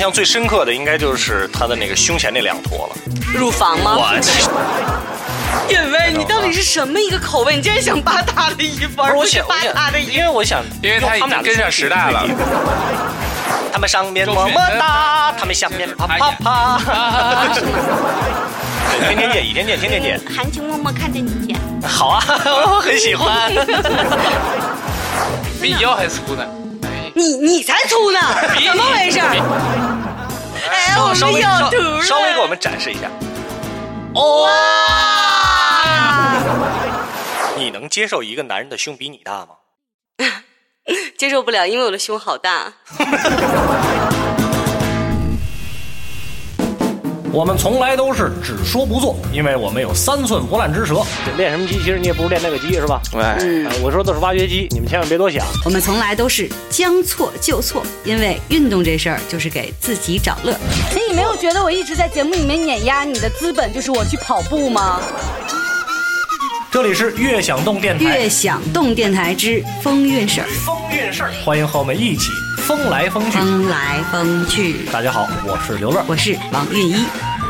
象最深刻的应该就是他的那个胸前那2坨了。 乳房吗？ 因为你到底是什么一个口味？你竟然想扒他的衣服，而不是扒他的衣服？ 因为我想， 因为他已经跟上时代了。 他们上面么么哒，他们下面啪啪啪。天天见，倚天见，天天见。 含情脉脉看着你见。 好啊，我很喜欢。 比你腰还粗呢。 你才粗呢，怎么回事？哎，我们有图了。 稍微给我们展示一下。 哇！ 你能接受一个男人的胸比你大吗？ 接受不了，因为我的胸好大。 我们从来都是只说不做，因为我们有3寸不烂之舌。 练什么机，其实你也不如练那个机，是吧？我说的是挖掘机，你们千万别多想。 我们从来都是将错就错，因为运动这事儿就是给自己找乐。 你没有觉得我一直在节目里面碾压你的资本就是我去跑步吗？ 这里是悦享动电台， 悦享动电台之风韵事儿。 风韵事儿，欢迎和我们一起风来风去。 风来风去。 大家好，我是刘乐， 我是王韵一。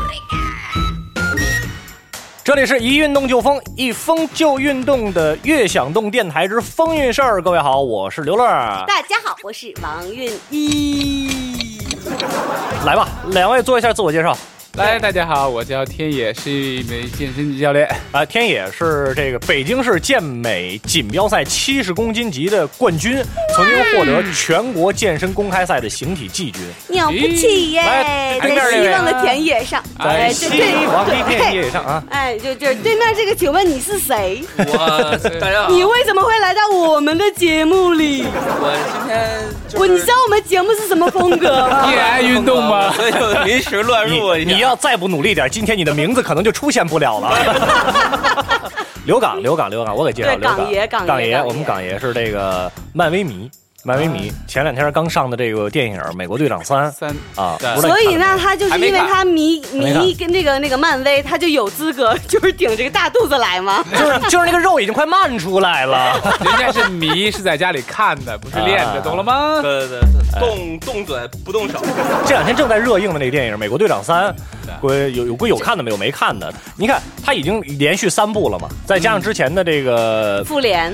这里是一运动就疯，一疯就运动的悦享动电台之风韵事儿。各位好，我是刘乐。 大家好，我是王韵一。 来吧，2位做一下自我介绍。 来，大家好，我叫天野，是一名健身教练。 天野是这个北京市健美锦标赛70公斤级的冠军，曾经获得全国健身公开赛的形体季军。 了不起耶！在希望的田野上， 在希望的田野上啊！ 哎，就对面这个，请问你是谁？ 大家好。 你为什么会来到我们的节目里？ 我今天你知道我们节目是什么风格吗？ 你爱运动吗？ 所以就临时乱入。 你要再不努力点，今天你的名字可能就出现不了了。刘港，我给介绍刘港爷，我们港爷是这个漫威迷。前2天刚上的这个电影《美国队长3》啊， 所以呢，他就是因为他迷跟那个漫威，他就有资格就是顶这个大肚子来吗？ 就是那个肉已经快漫出来了。 人家是迷，是在家里看的，不是练的，懂了吗？ 对，动嘴不动手。 这2天正在热映的那个电影《美国队长3》，有看的没有没看的？你看他已经连续3部了嘛，再加上之前的这个复联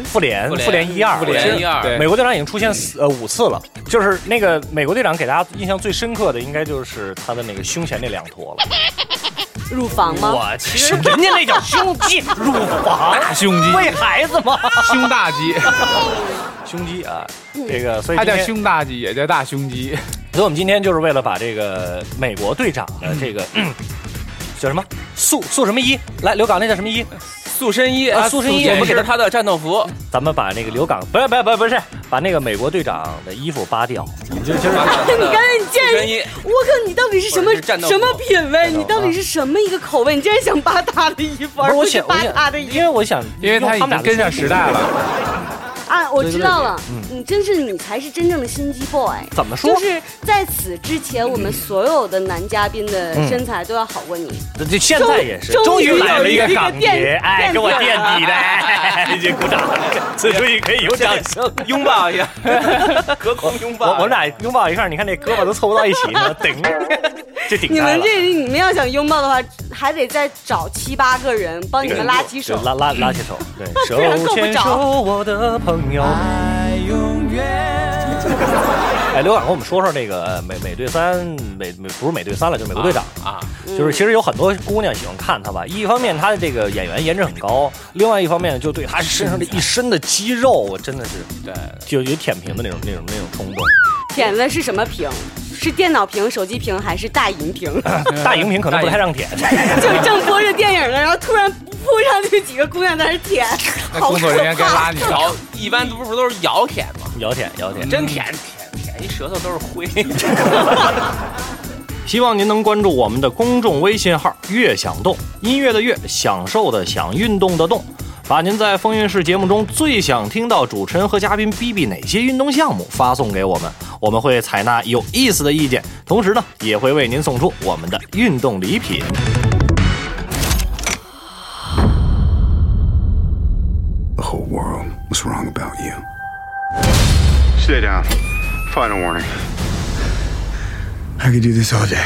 1、2，美国队长已经出现5次了。就是那个美国队长给大家印象最深刻的，应该就是他的那个胸前那2坨了。 乳房吗？ 我其实人家那叫胸肌，乳房大胸肌， 喂孩子吗？ 胸大肌， 胸肌啊，这个所以它叫胸大肌，也叫大胸肌。 所以我们今天就是为了把这个美国队长的这个叫什么塑什么衣？来，刘港那叫什么衣？ 塑身衣啊，塑身衣， 我们给他的战斗服。 咱们把那个刘港不是把那个美国队长的衣服扒掉，就是你刚才你竟然，我靠，你到底是什么品味？你到底是什么一个口味？你竟然想扒他的衣服，而不是扒他的衣服？ 因为我想， 因为他已经跟上时代了。 啊，我知道了，你才是真正的心机 boy。 怎么说？ 就是在此之前，我们所有的男嘉宾的身材都要好过你。 这现在也是，终于来了一个港爷，哎，给我垫底的，已经鼓掌，这终于可以有掌声， 拥抱一下，隔空拥抱。 我们俩拥抱一下，你看那胳膊都凑不到一起了，顶，这顶。 你们要想拥抱的话，还得再找7、8个人帮你们拉起手， 拉起手，对，手牵手，我的朋友。 爱永远。 哎，刘港跟我们说说那个美队3，不是美队3了，就是美国队长啊。就是其实有很多姑娘喜欢看他吧，一方面他的这个演员颜值很高，另外一方面就对他身上的一身的肌肉，我真的是对就有舔屏的那种冲动。 舔的是什么屏？是电脑屏、手机屏还是大荧屏？ 大荧屏可能不太让舔。 就正播着电影呢，然后突然扑上去几个姑娘在那舔， 工作人员该拉你。 一般不是摇舔吗？ 摇舔， 真舔一舌头都是灰。 希望您能关注我们的公众微信号“悦享动”，音乐的乐，享受的享，运动的动。把您在风韵事节目中最想听到主持人和嘉宾比哪些运动项目发送给我们，我们会采纳有意思的意见，同时呢，也会为您送出我们的运动礼品。 The whole world was wrong about you. Stay down. Final warning. I could do this all day.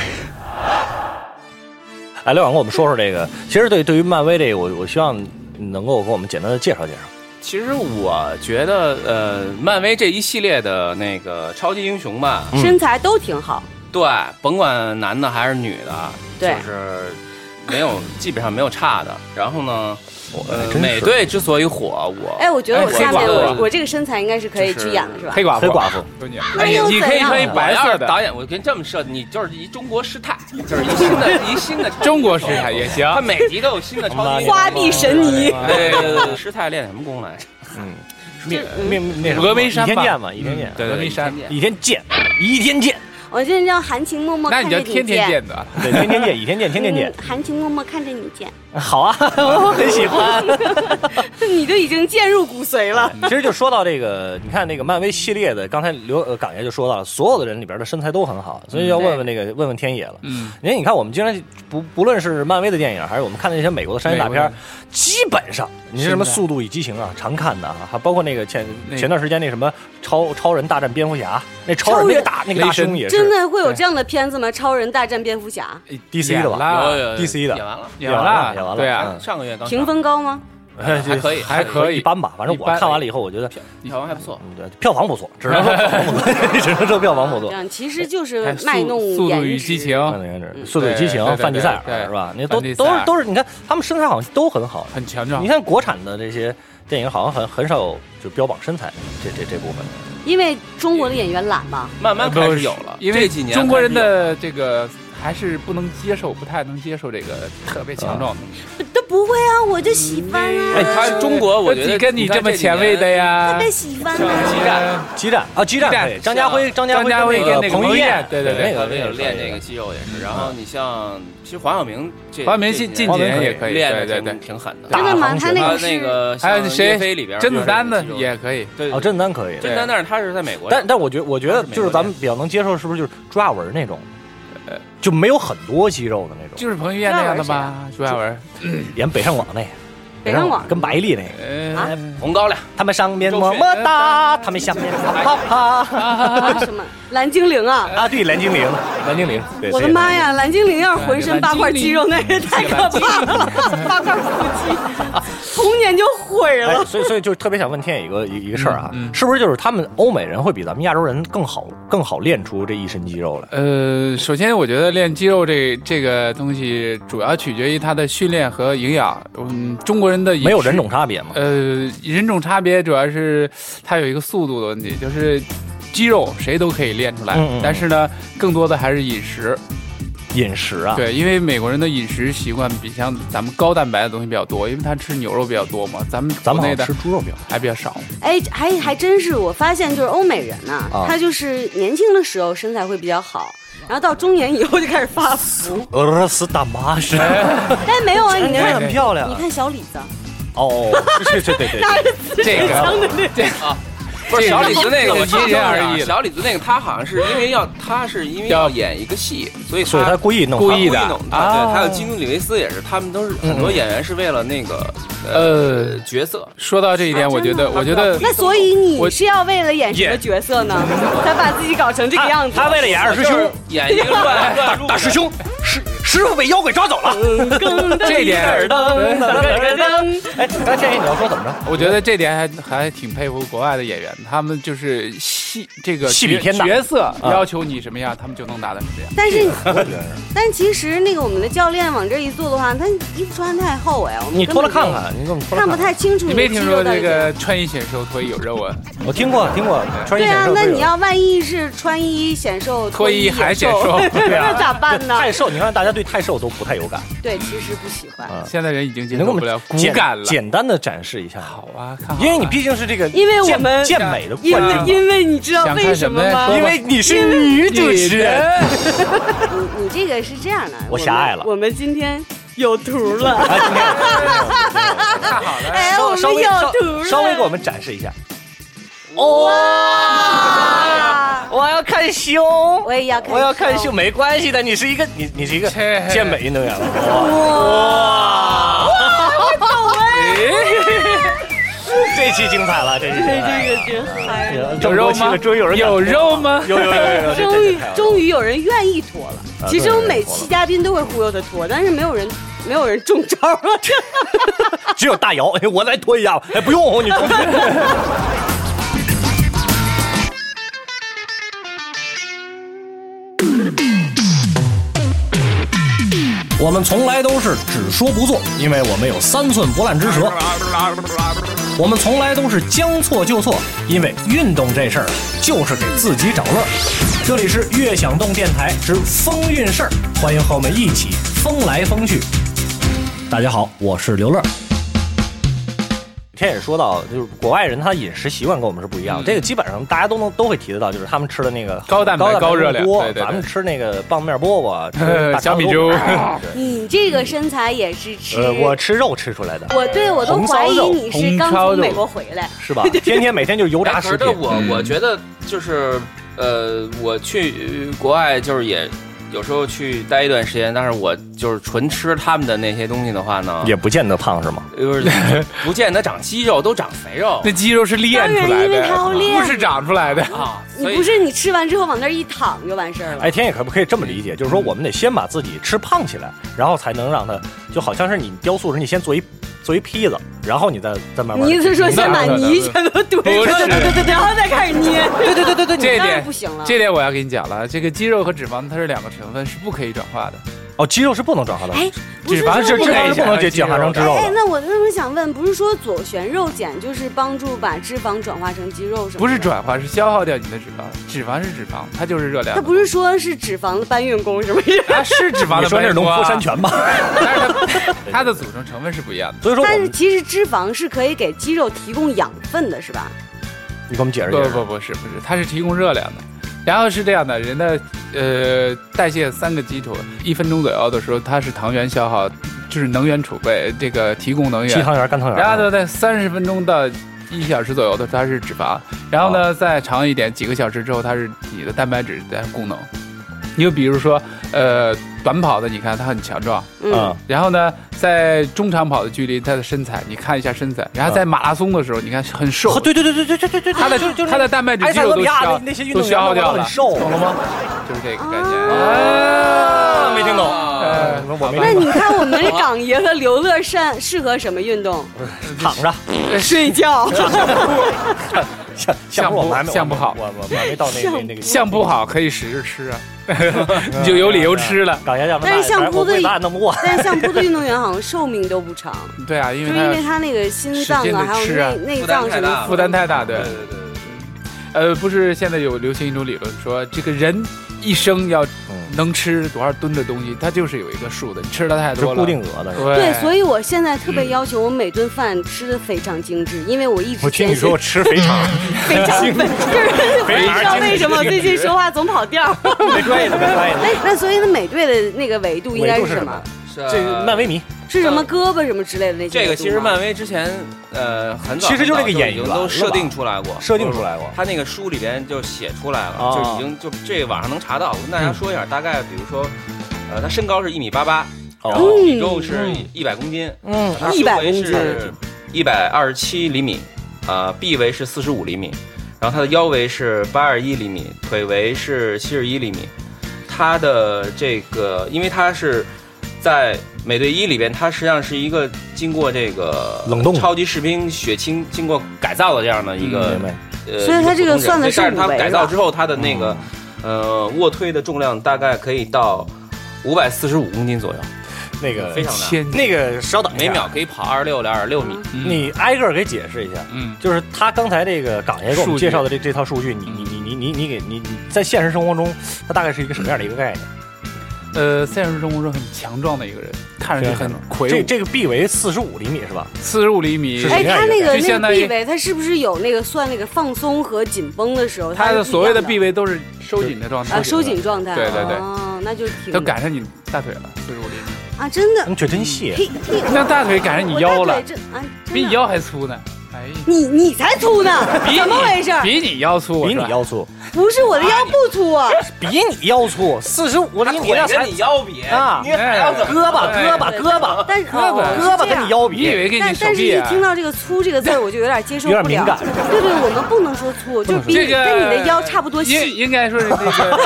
哎，刘爽跟我们说说这个。其实对于漫威这个，我希望能够给我们简单的介绍介绍。 其实我觉得，漫威这一系列的那个超级英雄吧， 身材都挺好。 对，甭管男的还是女的， 对， 就是基本上没有差的。然后呢，美队之所以火， 我觉得我下面我这个身材应该是可以去演的，是吧？ 黑寡妇， 你可以穿一白色的导演，我跟这么设计，你就是一中国师太，就是一新的中国师太也行。 他每集都有新的超级花臂神尼。 对，师太练什么功来着？ 峨眉山，一天见嘛，一天见。 峨眉山， 一天见，一天见。 我这叫含情脉脉看着你见， 那你就天天见的， 对，天天见，一天见，天天见， 含情脉脉看着你见。 好啊，我很喜欢。 你都已经渐入骨髓了。 其实就说到这个，你看那个漫威系列的，刚才港爷就说到了，所有的人里边的身材都很好，所以要问问天野了。你看我们经常不论是漫威的电影，还是我们看的那些美国的商业大片，基本上你是什么《速度与激情》啊，常看的啊，还包括那个前段时间那什么超人大战蝙蝠侠，那超人那个大胸也是。 真的会有这样的片子吗？超人大战蝙蝠侠 ？DC 的吧？ 有 DC 的， 演完了。 完了， 对啊， 上个月刚评分高吗？ 还可以， 一般吧。反正我看完了以后，我觉得票房还不错。 对，票房不错，只能说票房不错。 其实就是卖弄速度与激情， 速度与激情，范迪塞尔是吧？那都是，你看他们身材好像都很好， 很强壮。 你看国产的这些电影好像很少有就标榜身材这部分。 因为中国的演员懒嘛， 慢慢开始有了。 因为中国人的这个还是不太能接受这个特别强壮的。 都不会啊，我就喜欢啊。 他中国我觉得跟你这么前卫的呀， 特别喜欢啊。 激战对，张家辉跟那个彭于晏，对， 那个练这个肌肉也是。然后你像其实黄晓明近几年也可以练的挺狠的。 真的吗？他那个还有谁？ 里边甄子丹的也可以。 哦，甄子丹可以。 甄子丹但是他是在美国。 但我觉得就是咱们比较能接受，是不是就是朱亚文那种？就没有很多肌肉的那种， 就是彭于晏那样的吧？朱亚文演北上广那个， 北上广跟白丽那个，红高粱， 他们上面么么哒，他们下面啪啪啪。什么？蓝精灵啊？ 啊，对，蓝精灵。 我的妈呀，蓝精灵要是浑身8块肌肉，那也太可怕了，8块腹肌，童年就毁了。 所以就特别想问天野一个事儿啊，是不是就是他们欧美人会比咱们亚洲人更好练出这一身肌肉来？ 首先我觉得练肌肉这个东西主要取决于他的训练和营养。中国人的没有人种差别吗？ 人种差别主要是它有一个速度的问题，就是肌肉谁都可以练出来，但是呢，更多的还是饮食啊。对，因为美国人的饮食习惯比像咱们高蛋白的东西比较多，因为他吃牛肉比较多嘛，咱们国内的吃猪肉还比较少。 哎，还真是，我发现就是欧美人呐，他就是年轻的时候身材会比较好。然后到中年以后就开始发福。 俄罗斯大妈是， 但没有啊，你看很漂亮。 你看小李子， 哦，对， 拿着自己枪的那个啊。不是小李子那个，我因人而异。小李子那个，他好像是因为要演一个戏，所以他故意弄的啊。对，还有基努里维斯也是，他们都是很多演员是为了那个角色。 说到这一点，我觉得那所以你是要为了演什么角色呢？才把自己搞成这个样子？ 他为了演二师兄， 演一个大师兄，师傅被妖怪抓走了。 这一点， 哎，刚才天野你要说怎么着？ 我觉得这点还挺佩服国外的演员。他们就是戏比天大， 角色要求你什么样，他们就能达到什么样。 但其实那个我们的教练往这一坐的话，他衣服穿太厚哎， 你脱了看看，你给我们脱了看不太清楚。 你没听说这个穿衣显瘦，脱衣有肉啊？ 我听过，穿衣显瘦。 对啊，那你要万一是穿衣显瘦， 脱衣还显瘦， 那咋办呢？ 太瘦，你看大家对太瘦都不太有感。 对，其实不喜欢。 现在人已经接受不了骨感了。 简单的展示一下。 好啊， 因为你毕竟是这个， 因为我们健美的冠军。 因为你知道为什么吗？ 因为你是女主持人。 你这个是这样的， 我狭隘了。 我们今天有图了。 太好了， 哎，我们有图了。 稍微给我们展示一下。 哇！ 我要看胸， 我也要看， 我要看胸，没关系的，你是一个健美运动员了。 哇！我懂哎。 这这期精彩了，这期这个真嗨了。 有肉吗？有肉吗？ 有。 终于有人愿意脱了。其实我每期嘉宾都会忽悠他脱，但是没有人中招了。 只有大姚，我来脱一下。哎，不用你脱。我们从来都是只说不做，因为我们有3寸不烂之舌。我们从来都是将错就错，因为运动这事儿就是给自己找乐。这里是悦享动电台之风韵事儿，欢迎和我们一起风来风去。大家好，我是刘乐。天也说到，就是国外人他饮食习惯跟我们是不一样的，这个基本上大家都会提得到，就是他们吃的那个高蛋白高热量多，对， 咱们吃那个棒面饽饽，吃小米粥。 你这个身材也是吃， 我吃肉吃出来的。 我都怀疑你是刚从美国回来， 是吧？每天就是油炸食品。 我觉得就是我去国外就是也。有时候去待一段时间，但是我就是纯吃他们的那些东西的话呢， 也不见得胖是吗？ 不见得长肌肉，都长肥肉。 那肌肉是练出来的，不是长出来的啊！ 你不是你吃完之后往那儿一躺就完事儿了？ 哎，天野可不可以这么理解？就是说，我们得先把自己吃胖起来，然后才能让它就好像是你雕塑时，你先做一坯子，然后你再慢慢。 你意思说先把泥全都堆，对，然后再开始捏？对， 这一点不行了。 这点我要跟你讲了，这个肌肉和脂肪它是2个成分，是不可以转化的。 哦，肌肉是不能转化的。 哎， 脂肪是不能转化成脂肉的。 哎，那我想问，不是说左旋肉碱就是帮助把脂肪转化成肌肉什么？ 不是转化，是消耗掉你的脂肪。脂肪是脂肪，它就是热量。 它不是说是脂肪的搬运工是不是？ 它是脂肪的搬运工。 你说那是农夫山泉吧？ 但是它的组成成分是不一样的。 所以说， 但是其实脂肪是可以给肌肉提供养分的，是吧？ 你给我们解释一下。 不是，它是提供热量的。然后是这样的，人的代谢3个基础，1分钟左右的时候，它是糖原消耗，就是能源储备，这个提供能源。 肌糖原、肝糖原。 然后呢，在30分钟到1小时左右的，它是脂肪。然后呢，再长一点，几个小时之后，它是你的蛋白质的功能。你就比如说，短跑的，你看他很强壮，然后呢，在中长跑的距离，他的身材，你看一下身材，然后在马拉松的时候，你看很瘦， 对， 他的蛋白质肌肉都消耗掉了， 很瘦，懂了吗？ 就是这个概念。 没听懂。 那你看我们港爷和刘乐适合什么运动？ 躺着睡觉。 相不好， 我还没到那个相不好，可以使着吃啊。你就有理由吃了。 但是相扑的运动员好像寿命都不长。 对啊，因为他那个心脏啊，还有内脏什么负担太大。对。不是现在有流行一种理论说，这个人一生要能吃多少吨的东西，它就是有一个数的，你吃的太多了， 是固定额的。 对，所以我现在特别要求我每顿饭吃的非常精致，因为我一直我听你说我吃肥肠， 非常精致，不知道为什么最近说话总跑调。 没关系。 哎，那所以他美队的那个维度应该是什么？ 这个漫威迷是什么胳膊什么之类的那些？ 这个其实漫威之前很早， 其实就是那个演员都设定出来过， 他那个书里边就写出来了，就已经就这个网上能查到。我跟大家说一下，大概比如说，他身高是1.88米，然后体重是100公斤 ，100公斤是127厘米，臂围是45厘米，然后他的腰围是821厘米，腿围是71厘米。他的这个，因为他是在美队1里边，它实际上是一个经过这个冷冻超级士兵血清经过改造的这样的一个， 所以它这个算的是， 但是它改造之后，它的那个卧推的重量大概可以到545公斤左右， 那个非常难。 那个稍等， 每秒可以跑26.26米。 你挨个给解释一下，就是他刚才这个港爷给我们介绍的这套数据，你在现实生活中，它大概是一个什么样的一个概念？ 现实生活中很强壮的一个人，看上去很魁梧。 这个臂围45厘米是吧 ？45厘米。 哎，他那个臂围，他是不是有那个算那个放松和紧绷的时候？ 他的所谓的臂围都是收紧的状态。 收紧状态。 对。 哦，那就挺。 都赶上你大腿了，45厘米。 啊，真的。 你腿真细。 那大腿赶上你腰了，比你腰还粗呢。 你才粗呢，怎么回事？ 比你腰粗， 不是我的腰不粗啊， 比你腰粗45厘米， 那跟你腰比啊， 你还要怎么胳膊， 但是胳膊跟你腰比， 你以为跟你手但是臂一听到这个粗这个字儿，我就有点接受不了， 有点敏感。 对，我们不能说粗，就比你跟你的腰差不多细。 应该说是这个，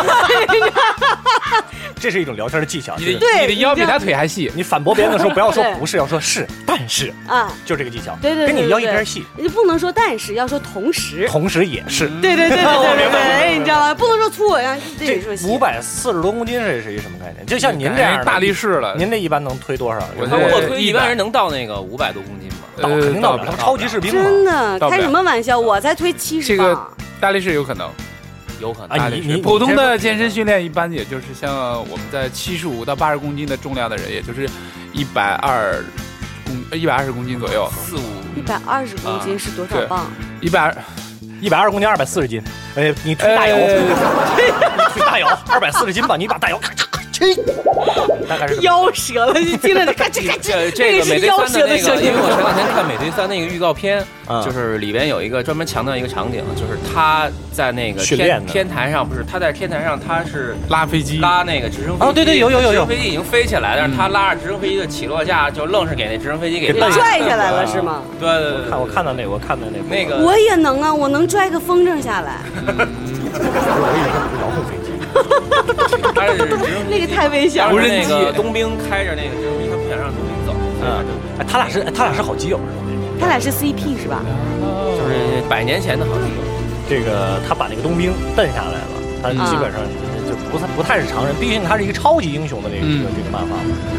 这是一种聊天的技巧。 你的腰比他腿还细。 你反驳别人的时候，不要说不是，要说是，但是啊，就这个技巧。 对， 跟你腰一边细， 你不能说但是，要说同时也是。 对，你知道吗？不能说粗，让这说细。 540多公斤是一什么概念？就像您这样大力士了， 您这一般能推多少？ 我推一般人能到那个500多公斤吗？ 肯定到不了，超级士兵嘛。 真的，开什么玩笑？我才推70磅。 这个大力士有可能。你普通的健身训练一般也就是像我们在75到80公斤的重量的人，也就是120公斤左右 ，120公斤是多少磅 ？120公斤240斤。你推大姚，你推大姚240斤吧，你把大姚咔嚓。大概是腰折了，你听着那咔嚓咔嚓， 这个美队3的那个，因为我前两天看美队3那个预告片，就是里边有一个专门强调一个场景，就是他在那个天台上，不是他在天台上，他是拉飞机， 拉那个直升飞机。 哦，对，有， 直升飞机已经飞起来，但是他拉着直升飞机的起落架，就愣是给那直升飞机给拽下来了，是吗？ 对， 我看到那个， 我也能啊，我能拽个风筝下来。 我以为是遥控飞机。 那个太危险了。 不是那个冬兵开着那个直升飞机，他不想让冬兵走。 他俩是好基友是吧？ 他俩是 CP 是吧？ 就是100年前的好基友。 这个他把那个冬兵蹬下来了，他基本上就不太是常人，毕竟他是一个超级英雄的这个漫画。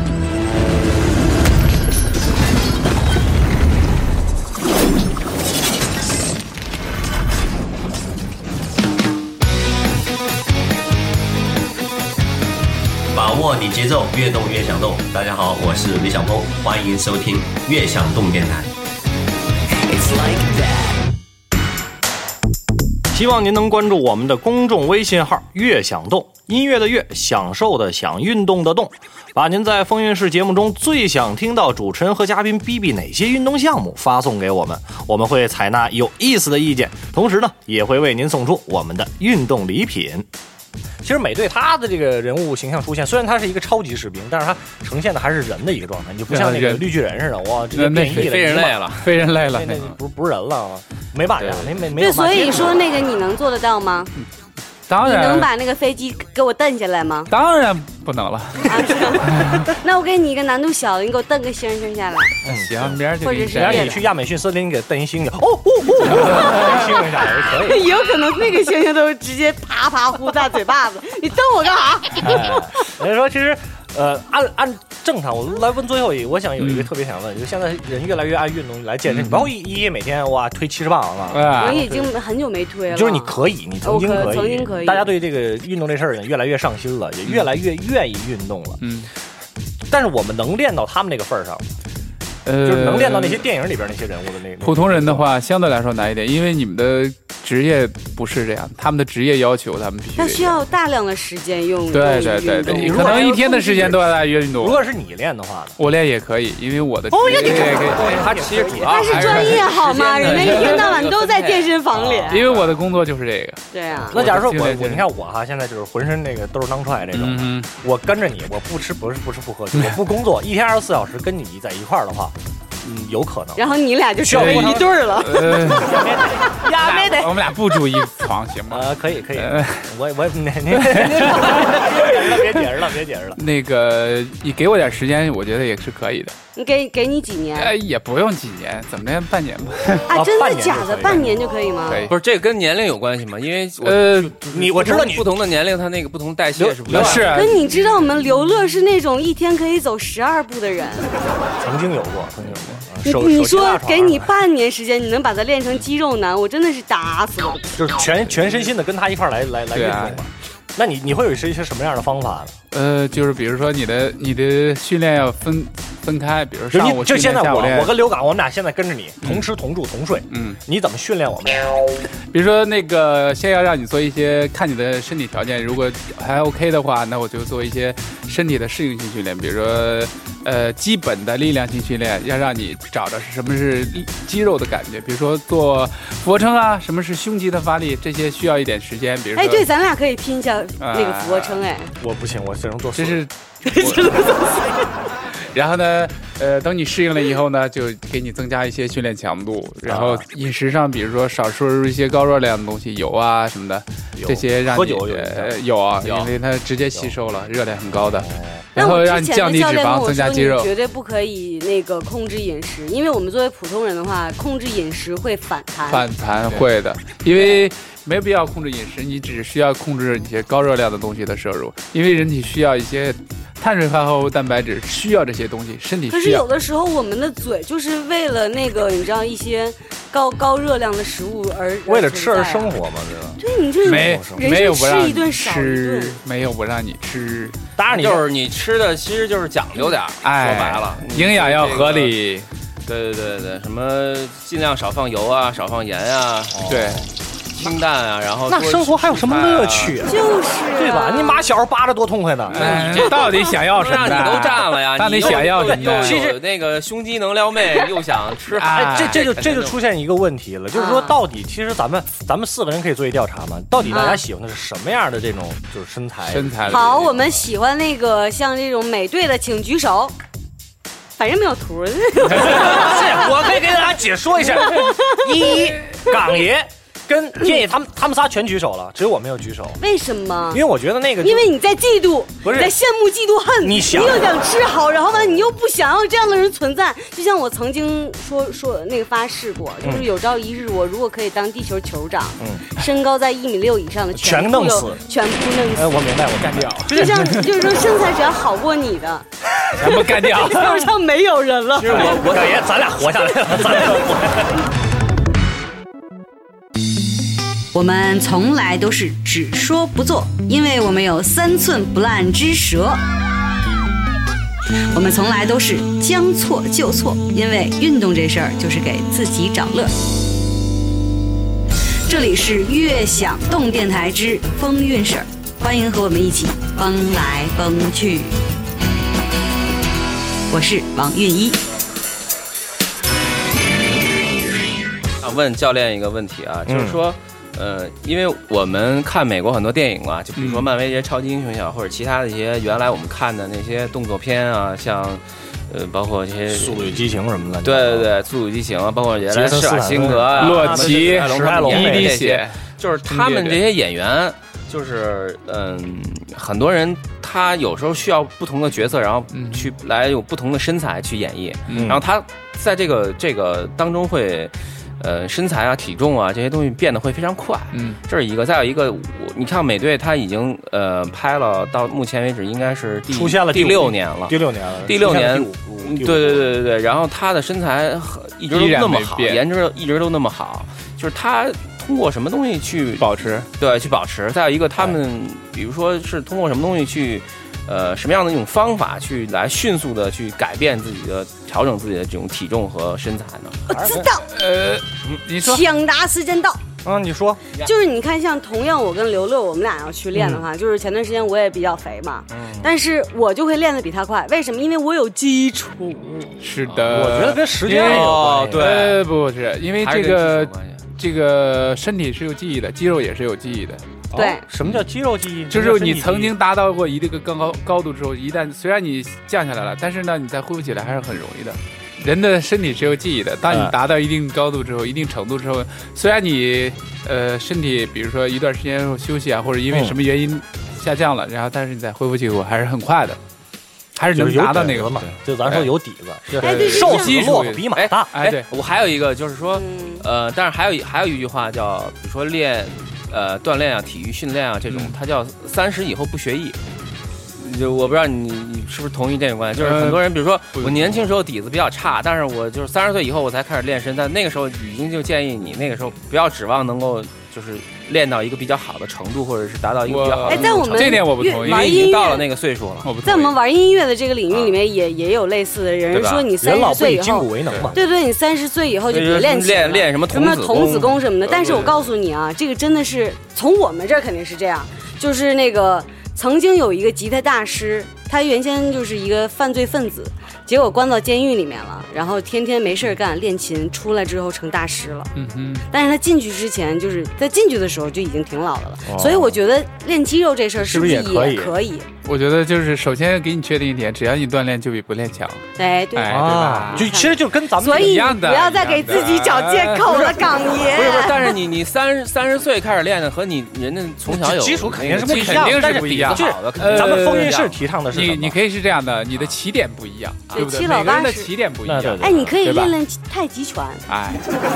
把握你节奏，越动越想动。大家好，我是李小峰，欢迎收听越想动电台。 希望您能关注我们的公众微信号“越想动”，音乐的乐，享受的享，运动的动。把您在风云室节目中最想听到主持人和嘉宾比比哪些运动项目发送给我们，我们会采纳有意思的意见，同时呢，也会为您送出我们的运动礼品。其实美队他的这个人物形象出现，虽然他是一个超级士兵，但是他呈现的还是人的一个状态，你就不像那个绿巨人似的，哇，直接变异了， 非人类了， 非人类了， 那不是人了，没办法，没有。 所以说那个你能做得到吗？ 当然。 你能把那个飞机给我蹬下来吗？ 当然不能了。 那我给你一个难度小的，你给我蹬个星星下来。 行，明儿就或者是你去亚马逊森林给蹬一星星，星星下来可以。 有可能那个星星都直接啪啪呼大嘴巴子，你蹬我干啥？ 所以说其实。按正常，我来问最后一个，我想有一个特别想问，就现在人越来越爱运动来健身，包括一每天哇推70磅了，我已经很久没推了。 就是你可以，你曾经可以， 大家对这个运动这事儿也越来越上心了，也越来越愿意运动了。但是我们能练到他们那个份儿上。就是能练到那些电影里边那些人物的那个。 普通人的话，相对来说难一点，因为你们的职业不是这样，他们的职业要求他们必须。 他需要大量的时间用。 对，可能一天的时间都要在运动。 如果是你练的话呢？ 我练也可以，因为我的职业也可以。 他其实他是专业好吗？人家一天到晚都在健身房里。 因为我的工作就是这个。 对啊。 那假如说你看我哈，现在就是浑身那个都是囊踹这种，我跟着你，我不吃不喝酒，我不工作，一天24小时跟你在一块儿的话。有可能， 然后你俩就成为一对儿了。 呀，没得，我们俩不住一床行吗？ 可以，我别解释了。 那个，你给我点时间，我觉得也是可以的。 你给你几年？ 也不用几年，怎么的半年吧？ 啊，真的假的？半年就可以吗？ 可以。 不是这个跟年龄有关系吗？因为我知道你不同的年龄，它那个不同代谢是不一样。 是。 可你知道我们刘乐是那种一天可以走12步的人。 曾经有过。 你说给你半年时间，你能把它练成肌肉男，我真的是打死我。 就是全身心的跟他一块来运动吧。那你会有一些什么样的方法呢？ 就是比如说你的训练要分开，比如上午就现在我跟刘岗，我们俩现在跟着你同吃同住同睡，你怎么训练我们？ 比如说那个先要让你做一些看你的身体条件，如果还 OK 的话，那我就做一些身体的适应性训练，比如说基本的力量性训练，要让你找到什么是肌肉的感觉，比如说做俯卧撑啊，什么是胸肌的发力，这些需要一点时间。比如说， 对，咱俩可以拼一下那个俯卧撑， 我不行，我只能做， 这是。然后呢，等你适应了以后呢，就给你增加一些训练强度。然后饮食上，比如说少摄入一些高热量的东西，油啊什么的，这些让你喝酒有啊，因为它直接吸收了，热量很高的。然后让你降低脂肪，增加肌肉。 绝对不可以那个控制饮食，因为我们作为普通人的话，控制饮食会反弹。 反弹会的，因为没有必要控制饮食，你只需要控制一些高热量的东西的摄入，因为人体需要一些碳水化合物、蛋白质，需要这些东西，身体需要。 可是有的时候我们的嘴就是为了那个，你知道一些高热量的食物而为了吃而生活嘛，对吧？ 对，你这没有不让一顿少一顿， 没有不让你吃。 当然，就是你吃的其实就是讲究点，说白了， 营养要合理。 对，什么尽量少放油啊，少放盐啊， 对。 清淡啊，然后那生活还有什么乐趣啊？ 就是对吧？你马小时候扒着多痛快呢！ 你这到底想要什么？ 你都占了呀！ 到底想要什么？ 其实那个胸肌能撩妹，又想吃海，这就出现一个问题了，就是说到底，其实咱们4个人可以做一调查嘛？到底大家喜欢的是什么样的这种就是身材？ 好，我们喜欢那个像这种美队的，请举手。反正没有图。 我可以给大家解说一下，港爷。跟天野他们仨全举手了，只有我没有举手。 为什么？ 因为我觉得那个， 因为你在嫉妒， 不是你在羡慕、嫉妒、恨。 你又想吃好，然后呢，你又不想要这样的人存在。就像我曾经说那个发誓过，就是有朝一日我如果可以当地球酋长，身高在1.6米以上的全弄死， 全部弄死。 我明白，我干掉。 就像就是说身材只要好过你的， 全部干掉。 地球上没有人了。 就是我感觉咱俩活下来了，咱俩活下来了。 我们从来都是只说不做，因为我们有3寸不烂之舌。我们从来都是将错就错，因为运动这事儿就是给自己找乐。这里是悦享动电台之风韵事儿，欢迎和我们一起蹦来蹦去。我是王韵一。 想问教练一个问题啊，就是说。因为我们看美国很多电影啊，就比如说漫威这些超级英雄也好，或者其他的一些原来我们看的那些动作片啊，像包括这些《 速度与激情》什么的。 对，《速度与激情》啊，包括原来施瓦辛格啊、 洛奇、 史泰龙这些， 就是他们这些演员，就是很多人他有时候需要不同的角色，然后去来有不同的身材去演绎，然后他在这个当中会。身材啊、体重啊这些东西变得会非常快，这是一个。再有一个，你看美队他已经拍了，到目前为止应该是出现了第6年了， 第6年了， 第6年，对。然后他的身材一直都那么好，颜值一直都那么好，就是他通过什么东西去保持？ 对，去保持。再有一个，他们比如说是通过什么东西去。什么样的一种方法去来迅速的去改变自己的、调整自己的这种体重和身材呢？ 我知道， 你说， 抢答时间到。 你说， 就是你看，像同样我跟刘六，我们俩要去练的话，就是前段时间我也比较肥嘛，但是我就会练得比他快。为什么？因为我有基础。 是的， 我觉得跟时间有关系。 对，不是，因为这个身体是有记忆的，肌肉也是有记忆的。 对， 什么叫肌肉记忆？ 就是你曾经达到过一个更高度之后，一旦虽然你降下来了，但是呢，你再恢复起来还是很容易的。人的身体是有记忆的，当你达到一定高度之后、一定程度之后，虽然你身体比如说一段时间休息啊，或者因为什么原因下降了，然后但是你再恢复起来还是很快的，还是能达到那个嘛。就咱说有底子， 瘦死骆驼比马大。 对， 我还有一个就是说，但是还有一句话叫，比如说锻炼啊、体育训练啊这种，它叫30以后不学艺。就我不知道你是不是同意这种观点，就是很多人，比如说我年轻时候底子比较差，但是我就是30岁以后我才开始练身，但那个时候已经就建议你那个时候不要指望能够就是练到一个比较好的程度，或者是达到一个比较好的程度。 在我们这点我不同意， 因为已经到了那个岁数了。 在我们玩音乐的这个领域里面也有类似的人说你30岁以后，对，你30岁以后就别练琴了， 练什么童子功什么的。但是我告诉你啊，这个真的是从我们这儿肯定是这样，就是那个曾经有一个吉他大师，他原先就是一个犯罪分子，结果关到监狱里面了，然后天天没事干练琴，出来之后成大师了。但是他进去之前，就是在进去的时候就已经挺老的了。所以我觉得练肌肉这事儿是不是也可以？ 我觉得就是首先给你确定一点，只要你锻炼就比不练强。 对对吧？就其实就跟咱们一样的。不要再给自己找借口了，港爷。 不是，但是你30岁开始练的和人家从小有基础肯定是不一样，但是不一样。 咱们风韵室提倡的是你可以是这样的，你的起点不一样，对不对？每个人的起点不一样。 哎，你可以练太极拳。 哎。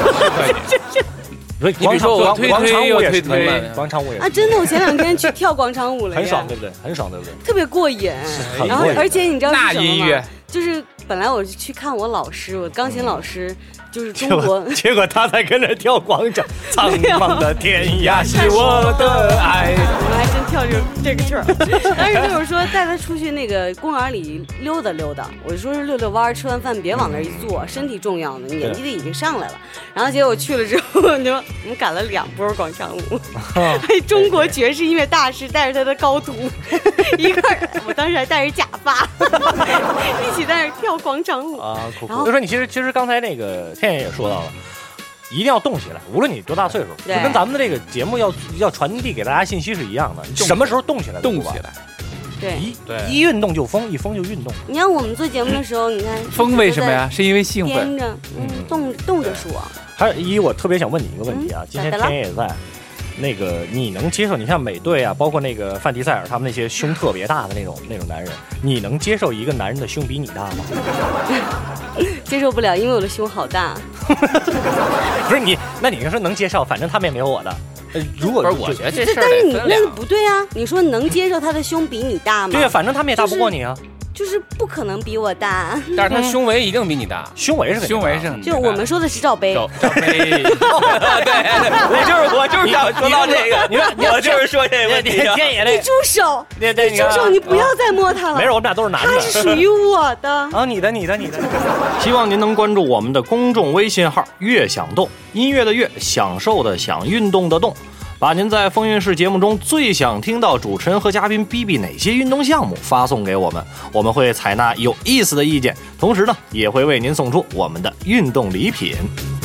你比如说我广场舞也是广场舞啊，真的，我前2天去跳广场舞了， 很爽，对不对？很爽，对不对？ 特别过瘾。然后，而且你知道是什么吗？ 音乐就是本来我去看我老师，我钢琴老师。就是中国， 结果他在跟着跳广场，苍茫的天涯是我的爱。 我们还真跳这个曲儿，但是就是说带他出去那个公园里溜达溜达，我说是溜弯，吃完饭别往那儿一坐，身体重要呢，年纪的已经上来了。然后结果去了之后，我们赶了2波广场舞，中国爵士音乐大师带着他的高徒一块儿，我当时还戴着假发，一起在那儿跳广场舞啊。就说你其实刚才那个。天爷也说到了，一定要动起来，无论你多大岁数，就跟咱们的这个节目要传递给大家信息是一样的。什么时候动起来？ 动起来， 对， 一运动就疯，一疯就运动。 你看我们做节目的时候，你看疯为什么呀？是因为兴奋。 动着说。 还有我特别想问你一个问题啊，今天天爷也在。那个你能接受？你像美队啊，包括那个范迪塞尔他们那些胸特别大的那种男人，你能接受一个男人的胸比你大吗？ 接受不了，因为我的胸好大。 不是你，那你说能接受？反正他们也没有我的。如果不是，我觉得这事儿， 但是你那个不对啊！你说能接受他的胸比你大吗？ 对呀，反正他们也大不过你啊。 就是不可能比我大， 但是他胸围一定比你大， 胸围是就我们说的是罩杯， 罩杯，对，我就是想说到这个，我就是说这个问题。 天爷， 你住手，你不要再摸他了。 没事，我们俩都是男的， 他是属于我的啊，你的。 希望您能关注我们的公众微信号“乐享动”，音乐的乐，享受的享，运动的动。把您在风韵室节目中最想听到主持人和嘉宾比比哪些运动项目发送给我们，我们会采纳有意思的意见，同时呢，也会为您送出我们的运动礼品。